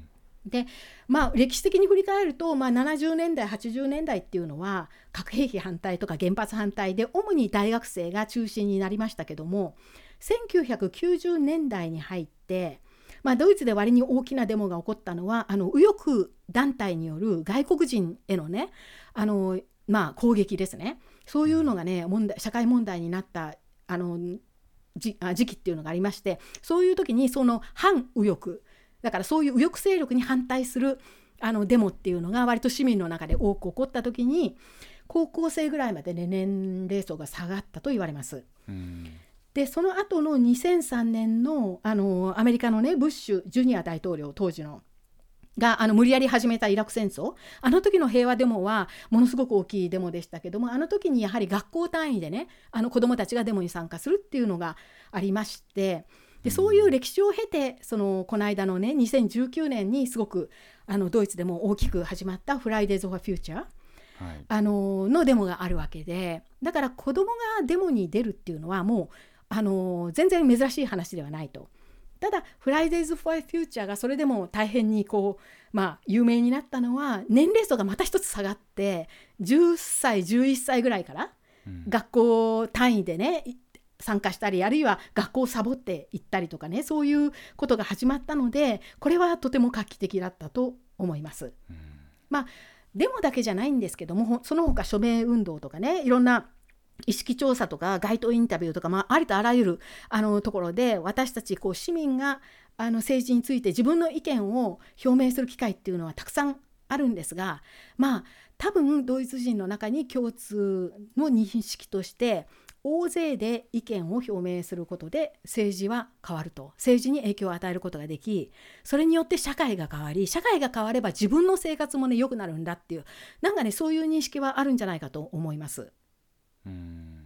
でまあ歴史的に振り返ると、まあ、ななじゅうねんだいはちじゅうねんだいっていうのは核兵器反対とか原発反対で主に大学生が中心になりましたけども、せんきゅうひゃくきゅうじゅうねんだいに入って、まあ、ドイツで割に大きなデモが起こったのは、あの右翼団体による外国人へのね、あの、まあ、攻撃ですね。そういうのがね問題、社会問題になったあの時期っていうのがありまして、そういう時にその反右翼だから、そういう右翼勢力に反対するあのデモっていうのが割と市民の中で多く起こった時に、高校生ぐらいまでで、ね、年齢層が下がったと言われます。 うん、 でその後のにせんさんねん の, あのアメリカのねブッシュジュニア大統領当時のがあの無理やり始めたイラク戦争、あの時の平和デモはものすごく大きいデモでしたけども、あの時にやはり学校単位でね、あの子どもたちがデモに参加するっていうのがありまして、でそういう歴史を経て、そのこの間のねにせんじゅうきゅうねんにすごくあのドイツでも大きく始まったフライデーズ・フォー・フューチャー、はい、あののデモがあるわけで、だから子どもがデモに出るっていうのはもうあの全然珍しい話ではないと。ただフライデーズ・フォー・フューチャーがそれでも大変にこう、まあ、有名になったのは、年齢層がまた一つ下がって、じゅっさいじゅういっさいぐらいから、うん、学校単位でね参加したり、あるいは学校をサボって行ったりとかね、そういうことが始まったので、これはとても画期的だったと思います。うん、まあデモだけじゃないんですけども、その他署名運動とかね、いろんな意識調査とか街頭インタビューとか、まあ、ありとあらゆるあのところで、私たちこう市民があの政治について自分の意見を表明する機会っていうのはたくさんあるんですが、まあ多分ドイツ人の中に共通の認識として大勢で意見を表明することで政治は変わると、政治に影響を与えることができ、それによって社会が変わり、社会が変われば自分の生活もね良くなるんだっていう、なんかねそういう認識はあるんじゃないかと思います。 うん、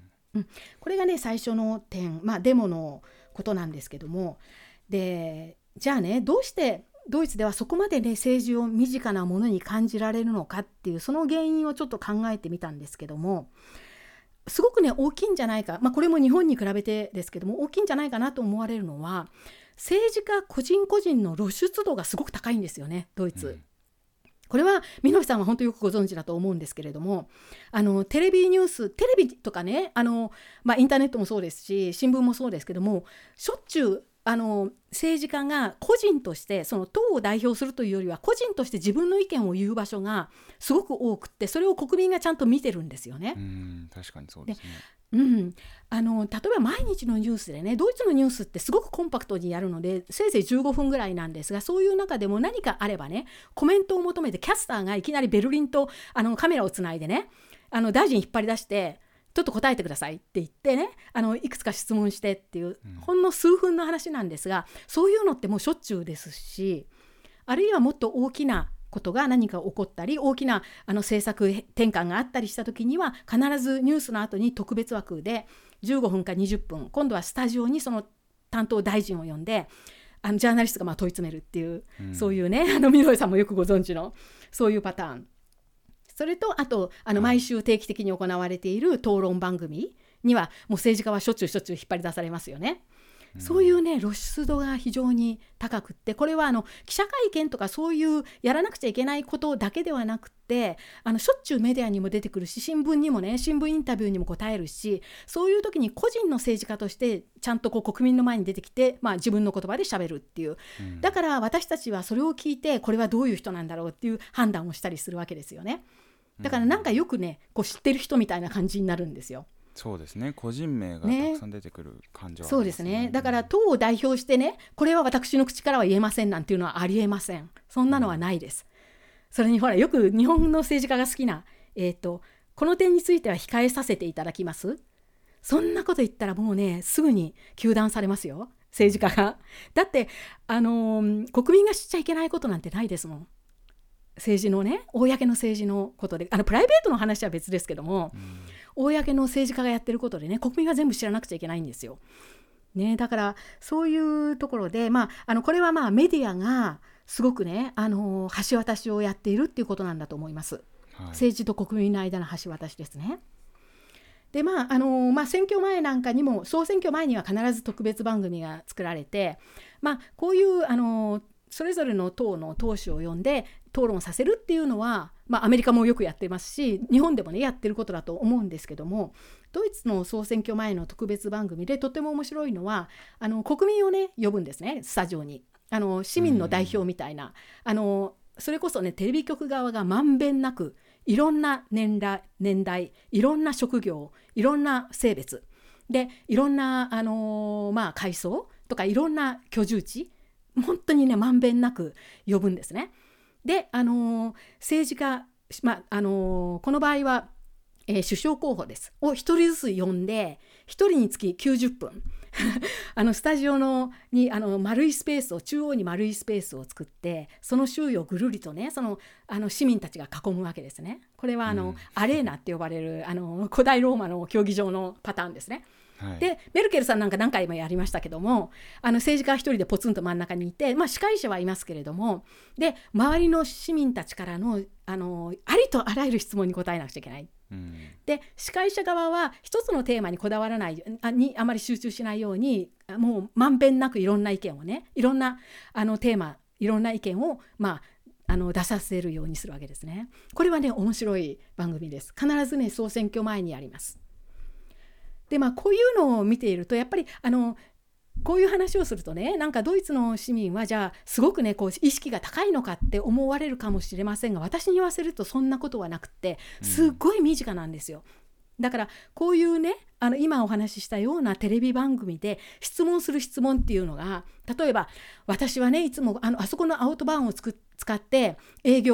うん、これがね最初の点、まあ、デモのことなんですけども、でじゃあねどうしてドイツではそこまでね政治を身近なものに感じられるのかっていうその原因をちょっと考えてみたんですけども、すごくね大きいんじゃないか、まあ、これも日本に比べてですけども大きいんじゃないかなと思われるのは、政治家個人個人の露出度がすごく高いんですよねドイツ、うん、これは南さんは本当よくご存知だと思うんですけれども、あのテレビニューステレビとかね、あの、まあ、インターネットもそうですし新聞もそうですけども、しょっちゅうあの政治家が個人としてその党を代表するというよりは個人として自分の意見を言う場所がすごく多くって、それを国民がちゃんと見てるんですよね。 うん、確かにそうですね。 うん、あの例えば毎日のニュースでね、ドイツのニュースってすごくコンパクトにやるのでせいぜいじゅうごふんぐらいなんですが、そういう中でも何かあればねコメントを求めてキャスターがいきなりベルリンとあのカメラをつないでね、あの大臣引っ張り出してちょっと答えてくださいって言ってね、あのいくつか質問してっていう、うん、ほんの数分の話なんですが、そういうのってもうしょっちゅうですし、あるいはもっと大きなことが何か起こったり大きなあの政策転換があったりした時には必ずニュースの後に特別枠でじゅうごふんかにじゅっぷん今度はスタジオにその担当大臣を呼んであのジャーナリストがまあ問い詰めるっていう、うん、そういうね、あのみどりさんもよくご存知のそういうパターン、それとあとあの毎週定期的に行われている討論番組にはもう政治家はしょっちゅうしょっちゅう引っ張り出されますよね。そういうね露出度が非常に高くって、これはあの記者会見とかそういうやらなくちゃいけないことだけではなくて、あのしょっちゅうメディアにも出てくるし、新聞にもね新聞インタビューにも答えるし、そういう時に個人の政治家としてちゃんとこう国民の前に出てきて、まあ、自分の言葉で喋るっていう、うん、だから私たちはそれを聞いてこれはどういう人なんだろうっていう判断をしたりするわけですよね。だからなんかよくねこう知ってる人みたいな感じになるんですよ。 そうですね、個人名がたくさん出てくる感じはありますね。 そうですね。だから党を代表してね、これは私の口からは言えませんなんていうのはありえません。そんなのはないです。うん、それにほらよく日本の政治家が好きな、えーと、この点については控えさせていただきます。そんなこと言ったらもうねすぐに糾弾されますよ政治家が。だってあのー、国民が知っちゃいけないことなんてないですもん。政治のね公の政治のことで、あのプライベートの話は別ですけども、うん、公の政治家がやってることでね国民が全部知らなくちゃいけないんですよ、ね、だからそういうところで、まあ、あのこれはまあメディアがすごくねあの橋渡しをやっているっていうことなんだと思います、はい、政治と国民の間の橋渡しですね。でまああのまあ、選挙前なんかにも総選挙前には必ず特別番組が作られて、まあ、こういうあのそれぞれの党の党首を呼んで討論させるっていうのは、まあ、アメリカもよくやってますし日本でもねやってることだと思うんですけども、ドイツの総選挙前の特別番組でとても面白いのはあの国民をね呼ぶんですね、スタジオに。あの市民の代表みたいな、あのそれこそねテレビ局側がまんべんなくいろんな年代、年代いろんな職業いろんな性別でいろんな、あのーまあ、階層とかいろんな居住地本当にねまんべんなく呼ぶんですね。で、あのー、政治家、まああのー、この場合は、えー、首相候補ですをひとりずつ呼んでひとりにつききゅうじゅっぷんあのスタジオのにあの丸いスペースを中央に丸いスペースを作ってその周囲をぐるりとねそのあの市民たちが囲むわけですね。これはあの、うん、アレーナって呼ばれるあの古代ローマの競技場のパターンですね。はい、でメルケルさんなんか何回もやりましたけども、あの政治家一人でポツンと真ん中にいて、まあ、司会者はいますけれども、で周りの市民たちからの あのありとあらゆる質問に答えなくちゃいけない、うん、で司会者側は一つのテーマにこだわらないあにあまり集中しないようにもうまんべんなくいろんな意見をねいろんなあのテーマいろんな意見を、まあ、あの出させるようにするわけですね。これはね面白い番組です。必ずね総選挙前にやります。でまあ、こういうのを見ているとやっぱりあのこういう話をするとねなんかドイツの市民はじゃあすごくねこう意識が高いのかって思われるかもしれませんが、私に言わせるとそんなことはなくてすっごい身近なんですよ。だからこういうねあの今お話ししたようなテレビ番組で質問する質問っていうのが、例えば私はねいつも あのあそこのアウトバーンをつく使って営業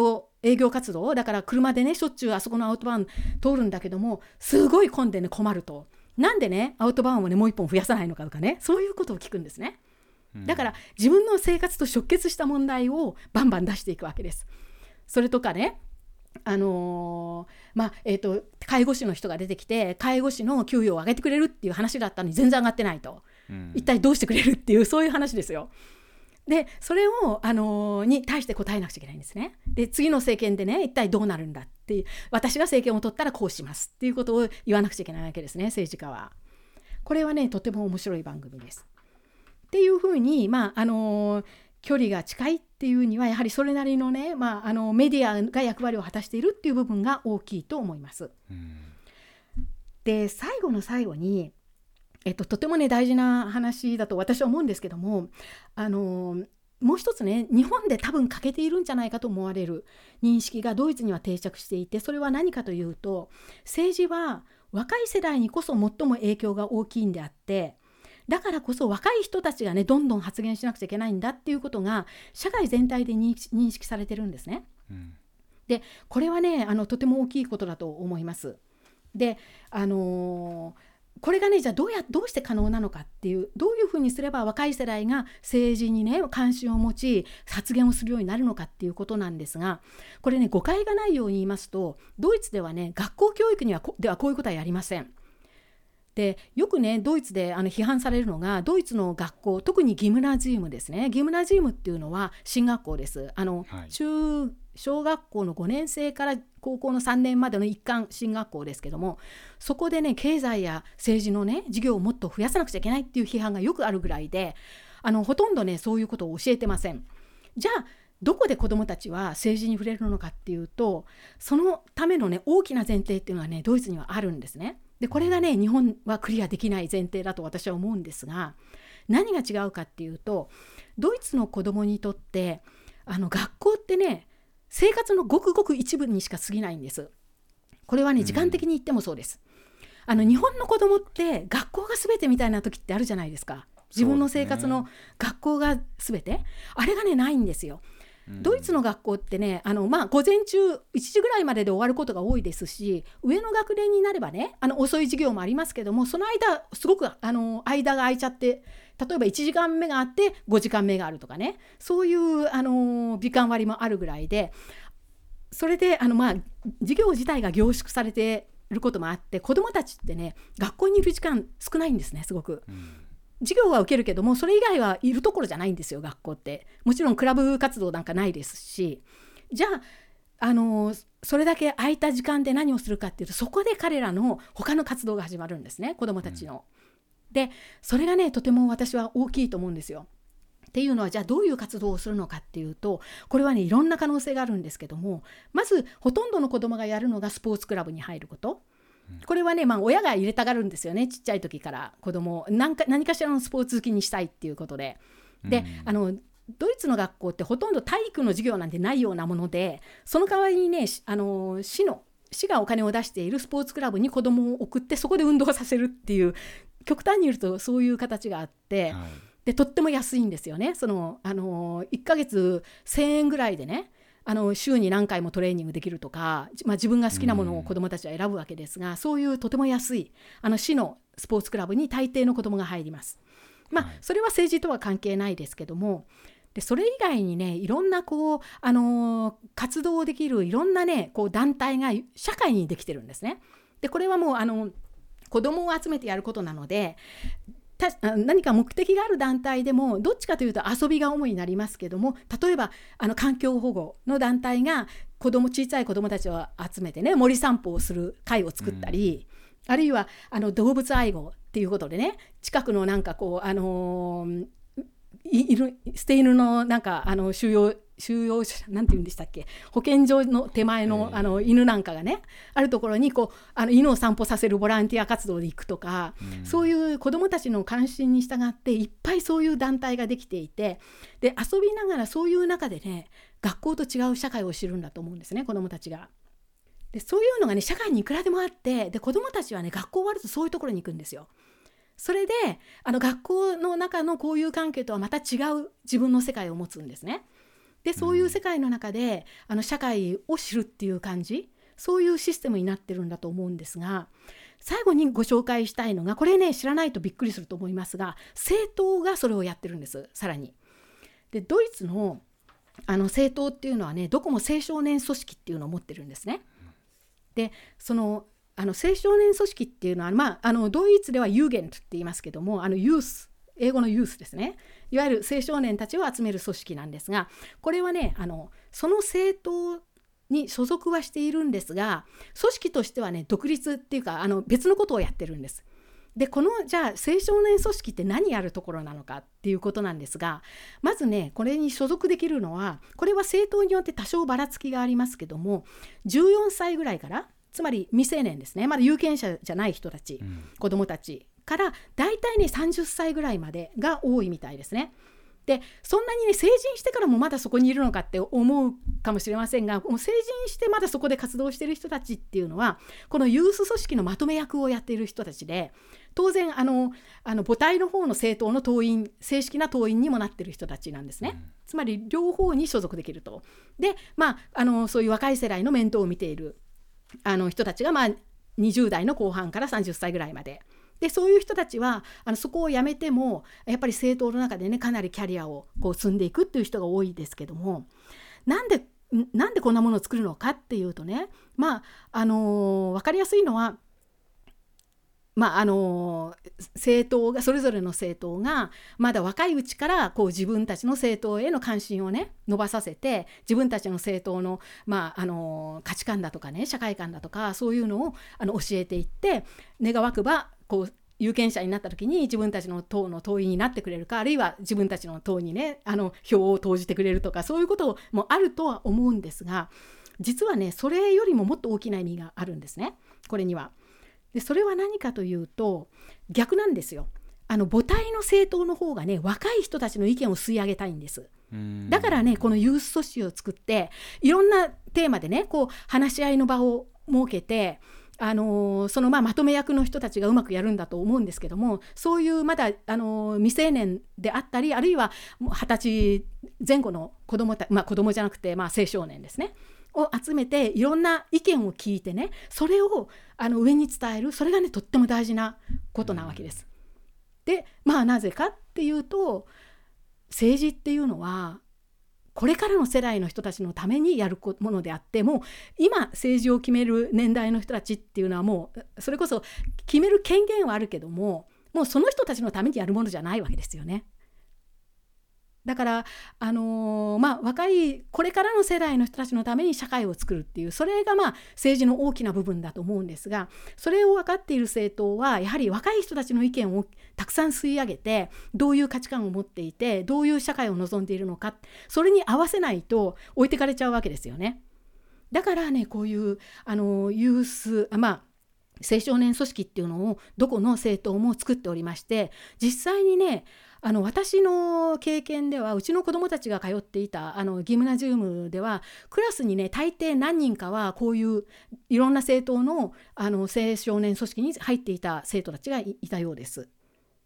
営業活動だから車でねしょっちゅうあそこのアウトバーン通るんだけどもすごい混んでね困ると、なんでねアウトバーンをねもう一本増やさないのかとかね、そういうことを聞くんですね。だから自分の生活と直結した問題をバンバン出していくわけです。それとかねあのーまあえー、と介護士の人が出てきて介護士の給与を上げてくれるっていう話だったのに全然上がってないと、うん、一体どうしてくれるっていうそういう話ですよ。でそれを、あのー、に対して答えなくちゃいけないんですね。で次の政権でね一体どうなるんだっていう、私が政権を取ったらこうしますっていうことを言わなくちゃいけないわけですね、政治家は。これはねとても面白い番組ですっていうふうに、まああのー距離が近いっていうにはやはりそれなりのね、まあ、あのメディアが役割を果たしているっていう部分が大きいと思います。うん、で最後の最後に、えっと、とてもね大事な話だと私は思うんですけども、あのもう一つね日本で多分欠けているんじゃないかと思われる認識がドイツには定着していて、それは何かというと政治は若い世代にこそ最も影響が大きいんであって、だからこそ若い人たちがねどんどん発言しなくちゃいけないんだっていうことが社会全体で認識されてるんですね。うん、でこれはねあのとても大きいことだと思います。で、あのー、これがねじゃあどうやどうして可能なのかっていう、どういうふうにすれば若い世代が政治にね関心を持ち発言をするようになるのかっていうことなんですが、これね誤解がないように言いますと、ドイツではね学校教育にはこではこういうことはやりません。でよくねドイツであの批判されるのがドイツの学校、特にギムナジウムですね。ギムナジウムっていうのは進学校です。あの、はい、中小学校のごねん生から高校のさんねんまでの一貫進学校ですけども、そこでね経済や政治のね授業をもっと増やさなくちゃいけないっていう批判がよくあるぐらいで、あのほとんどねそういうことを教えてません。じゃあどこで子どもたちは政治に触れるのかっていうと、そのためのね大きな前提っていうのはねドイツにはあるんですね。でこれがね日本はクリアできない前提だと私は思うんですが、何が違うかっていうと、ドイツの子どもにとってあの学校ってね生活のごくごく一部にしか過ぎないんです。これはね時間的に言ってもそうです。あの日本の子どもって学校が全てみたいな時ってあるじゃないですか。自分の生活の学校が全て、あれがねないんですよ。ドイツの学校ってねあの、まあ、午前中いちじぐらいまでで終わることが多いですし、上の学年になればねあの遅い授業もありますけども、その間すごくあの間が空いちゃって、例えばいちじかんめがあってごじかんめがあるとかね、そういうあの時間割もあるぐらいで、それであの、まあ、授業自体が凝縮されていることもあって、子どもたちってね学校にいる時間少ないんですね、すごく。うん授業は受けるけどもそれ以外はいるところじゃないんですよ、学校って。もちろんクラブ活動なんかないですし、じゃあ、あのそれだけ空いた時間で何をするかっていうと、そこで彼らの他の活動が始まるんですね、子どもたちの、うん、でそれがねとても私は大きいと思うんですよ。っていうのはじゃあどういう活動をするのかっていうと、これはねいろんな可能性があるんですけども、まずほとんどの子どもがやるのがスポーツクラブに入ること。これはね、まあ、親が入れたがるんですよね、ちっちゃい時から子供を何か、何かしらのスポーツ好きにしたいっていうことで。で、うん、あのドイツの学校ってほとんど体育の授業なんてないようなもので、その代わりにねあの市の市がお金を出しているスポーツクラブに子供を送ってそこで運動させるっていう、極端に言うとそういう形があって、はい、でとっても安いんですよね。そのあのいっかげつせんえんぐらいでねあの週に何回もトレーニングできるとか、まあ、自分が好きなものを子どもたちは選ぶわけですが、うん、そういうとても安いあの市のスポーツクラブに大抵の子どもが入ります。まあ、それは政治とは関係ないですけども、でそれ以外にねいろんなこう、あのー、活動できるいろんなねこう団体が社会にできてるんですね。でこれはもうあの子どもを集めてやることなので、何か目的がある団体でもどっちかというと遊びが主になりますけども、例えばあの環境保護の団体が子ども小さい子どもたちを集めてね森散歩をする会を作ったり、うん、あるいはあの動物愛護っていうことでね近くのなんかこうあのー、犬捨て犬のなんかあの収容収容者なんて言うんでしたっけ、保健所の手前 の, あの犬なんかがねあるところにこうあの犬を散歩させるボランティア活動で行くとか、うん、そういう子どもたちの関心に従っていっぱいそういう団体ができていて、で遊びながらそういう中でね学校と違う社会を知るんだと思うんですね、子どもたちが。でそういうのがね社会にいくらでもあって、で子どもたちはね学校終わるとそういうところに行くんですよ。それであの学校の中の交友関係とはまた違う自分の世界を持つんですね。 でそういう世界の中であの社会を知るっていう感じ、そういうシステムになってるんだと思うんですが、最後にご紹介したいのが、これね知らないとびっくりすると思いますが、政党がそれをやってるんです。さらにでドイツのあの政党っていうのはね、どこも青少年組織っていうのを持ってるんですね。でそのあの青少年組織っていうのは、まあ、あのドイツではユーゲントって言いますけども、あのユース、英語のユースですね、いわゆる青少年たちを集める組織なんですが、これはねあのその政党に所属はしているんですが、組織としてはね独立っていうか、あの別のことをやってるんです。でこのじゃあ青少年組織って何やるところなのかっていうことなんですが、まずねこれに所属できるのは、これは政党によって多少ばらつきがありますけども、じゅうよんさいぐらいから、つまり未成年ですね、まだ有権者じゃない人たち、うん、子どもたちからだいたいねさんじゅっさいぐらいまでが多いみたいですね。でそんなにね成人してからもまだそこにいるのかって思うかもしれませんが、もう成人してまだそこで活動している人たちっていうのは、このユース組織のまとめ役をやっている人たちで、当然あのあの母体の方の政党の党員、正式な党員にもなっている人たちなんですね。つまり両方に所属できると。で、まあ、あのそういう若い世代の面倒を見ているあの人たちが、まあ、にじゅう代の後半からさんじゅっさいぐらいまでで、そういう人たちはあのそこを辞めてもやっぱり政党の中でねかなりキャリアをこう積んでいくっていう人が多いですけども、なんでなんでこんなものを作るのかっていうとね、まああのー、分かりやすいのは、まああの政党がそれぞれの政党がまだ若いうちからこう自分たちの政党への関心をね伸ばさせて、自分たちの政党の、まあ、あの価値観だとかね社会観だとかそういうのをあの教えていって、願わくばこう有権者になった時に自分たちの党の党員になってくれるか、あるいは自分たちの党にねあの票を投じてくれるとか、そういうこともあるとは思うんですが、実はねそれよりももっと大きな意味があるんですね、これには。でそれは何かというと逆なんですよ。あの母体の政党の方がね若い人たちの意見を吸い上げたいんです。だからねこのユース組織を作っていろんなテーマでねこう話し合いの場を設けて、あのー、そのまあまとめ役の人たちがうまくやるんだと思うんですけども、そういうまだ、あのー、未成年であったり、あるいははたちぜん後の子どもた、まあ、子どもじゃなくて、まあ、青少年ですねを集めていろんな意見を聞いてね、それをあの上に伝える、それがねとっても大事なことなわけです。でまあなぜかっていうと、政治っていうのはこれからの世代の人たちのためにやるものであって、もう今政治を決める年代の人たちっていうのはもうそれこそ決める権限はあるけども、もうその人たちのためにやるものじゃないわけですよね。だから、あのーまあ、若いこれからの世代の人たちのために社会を作るっていう、それがまあ政治の大きな部分だと思うんですが、それを分かっている政党はやはり若い人たちの意見をたくさん吸い上げて、どういう価値観を持っていてどういう社会を望んでいるのか、それに合わせないと置いてかれちゃうわけですよね。だからねこういうあのユースまあ青少年組織っていうのをどこの政党も作っておりまして、実際にねあの私の経験では、うちの子どもたちが通っていたあのギムナジウムでは、クラスにね大抵何人かはこういういろんな政党 の, あの青少年組織に入っていた生徒たちが い, いたようです。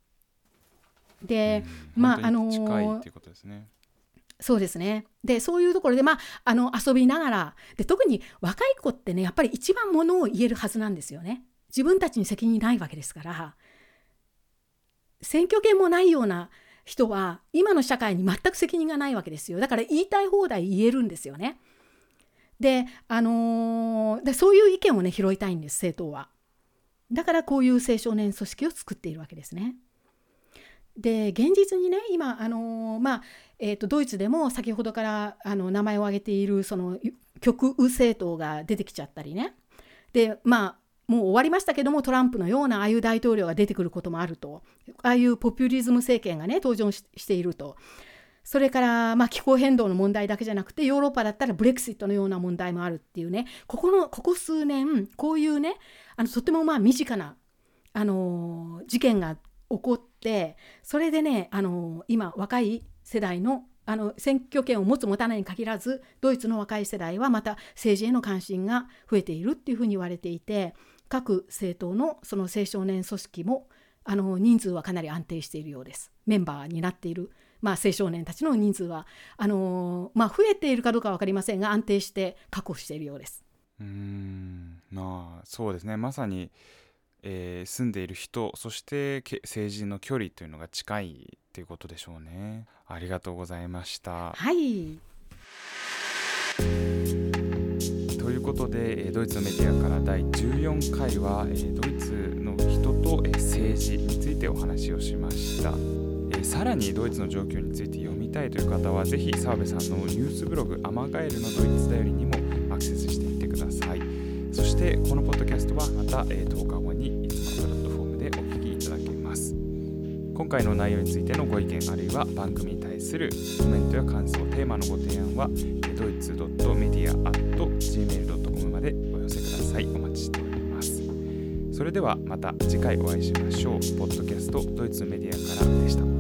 で、まああの近いっていうことですね。そうですね。でそういうところで、まあ、あの遊びながらで、特に若い子ってねやっぱり一番ものを言えるはずなんですよね。自分たちに責任ないわけですから。選挙権もないような人は今の社会に全く責任がないわけですよ。だから言いたい放題言えるんですよね。で、あのー、でそういう意見をね拾いたいんです、政党は。だからこういう青少年組織を作っているわけですね。で現実にね今、あのーまあえー、とドイツでも先ほどからあの名前を挙げているその極右政党が出てきちゃったりね、でまあもう終わりましたけども、トランプのようなああいう大統領が出てくることもあると、ああいうポピュリズム政権がね登場 し, していると、それから、まあ、気候変動の問題だけじゃなくて、ヨーロッパだったらブレクシットのような問題もあるっていうね、ここのここ数年こういうねあのとてもまあ身近な、あのー、事件が起こって、それでね、あのー、今若い世代のあの選挙権を持つ持たないに限らず、ドイツの若い世代はまた政治への関心が増えているっていうふうに言われていて、各政党のその青少年組織もあの人数はかなり安定しているようです。メンバーになっているまあ、青少年たちの人数はあのーまあ、増えているかどうかは分かりませんが安定して確保しているようです。 うーんまあそうですね、まさに、えー住んでいる人、そしてけ成人の距離というのが近いということでしょうね。ありがとうございました。 はい、 ということで、えードイツのメディアからだいじゅうよんかいは、えードイツの人と、えー政治についてお話をしました。えーさらにドイツの状況について読みたいという方は、ぜひ澤部さんのニュースブログアマガエルのドイツだよりにもアクセスしてみてください。そしてこのポッドキャストはまた、えーとおかごにいつものプラットフォームでお聞きいただけます。今回の内容についてのご意見あるいは番組に対するコメントや感想、テーマのご提案はドイツ ドットメディア アット ジーメール ドットコム までお寄せください。お待ちしております。それではまた次回お会いしましょう。ポッドキャストドイツメディアからでした。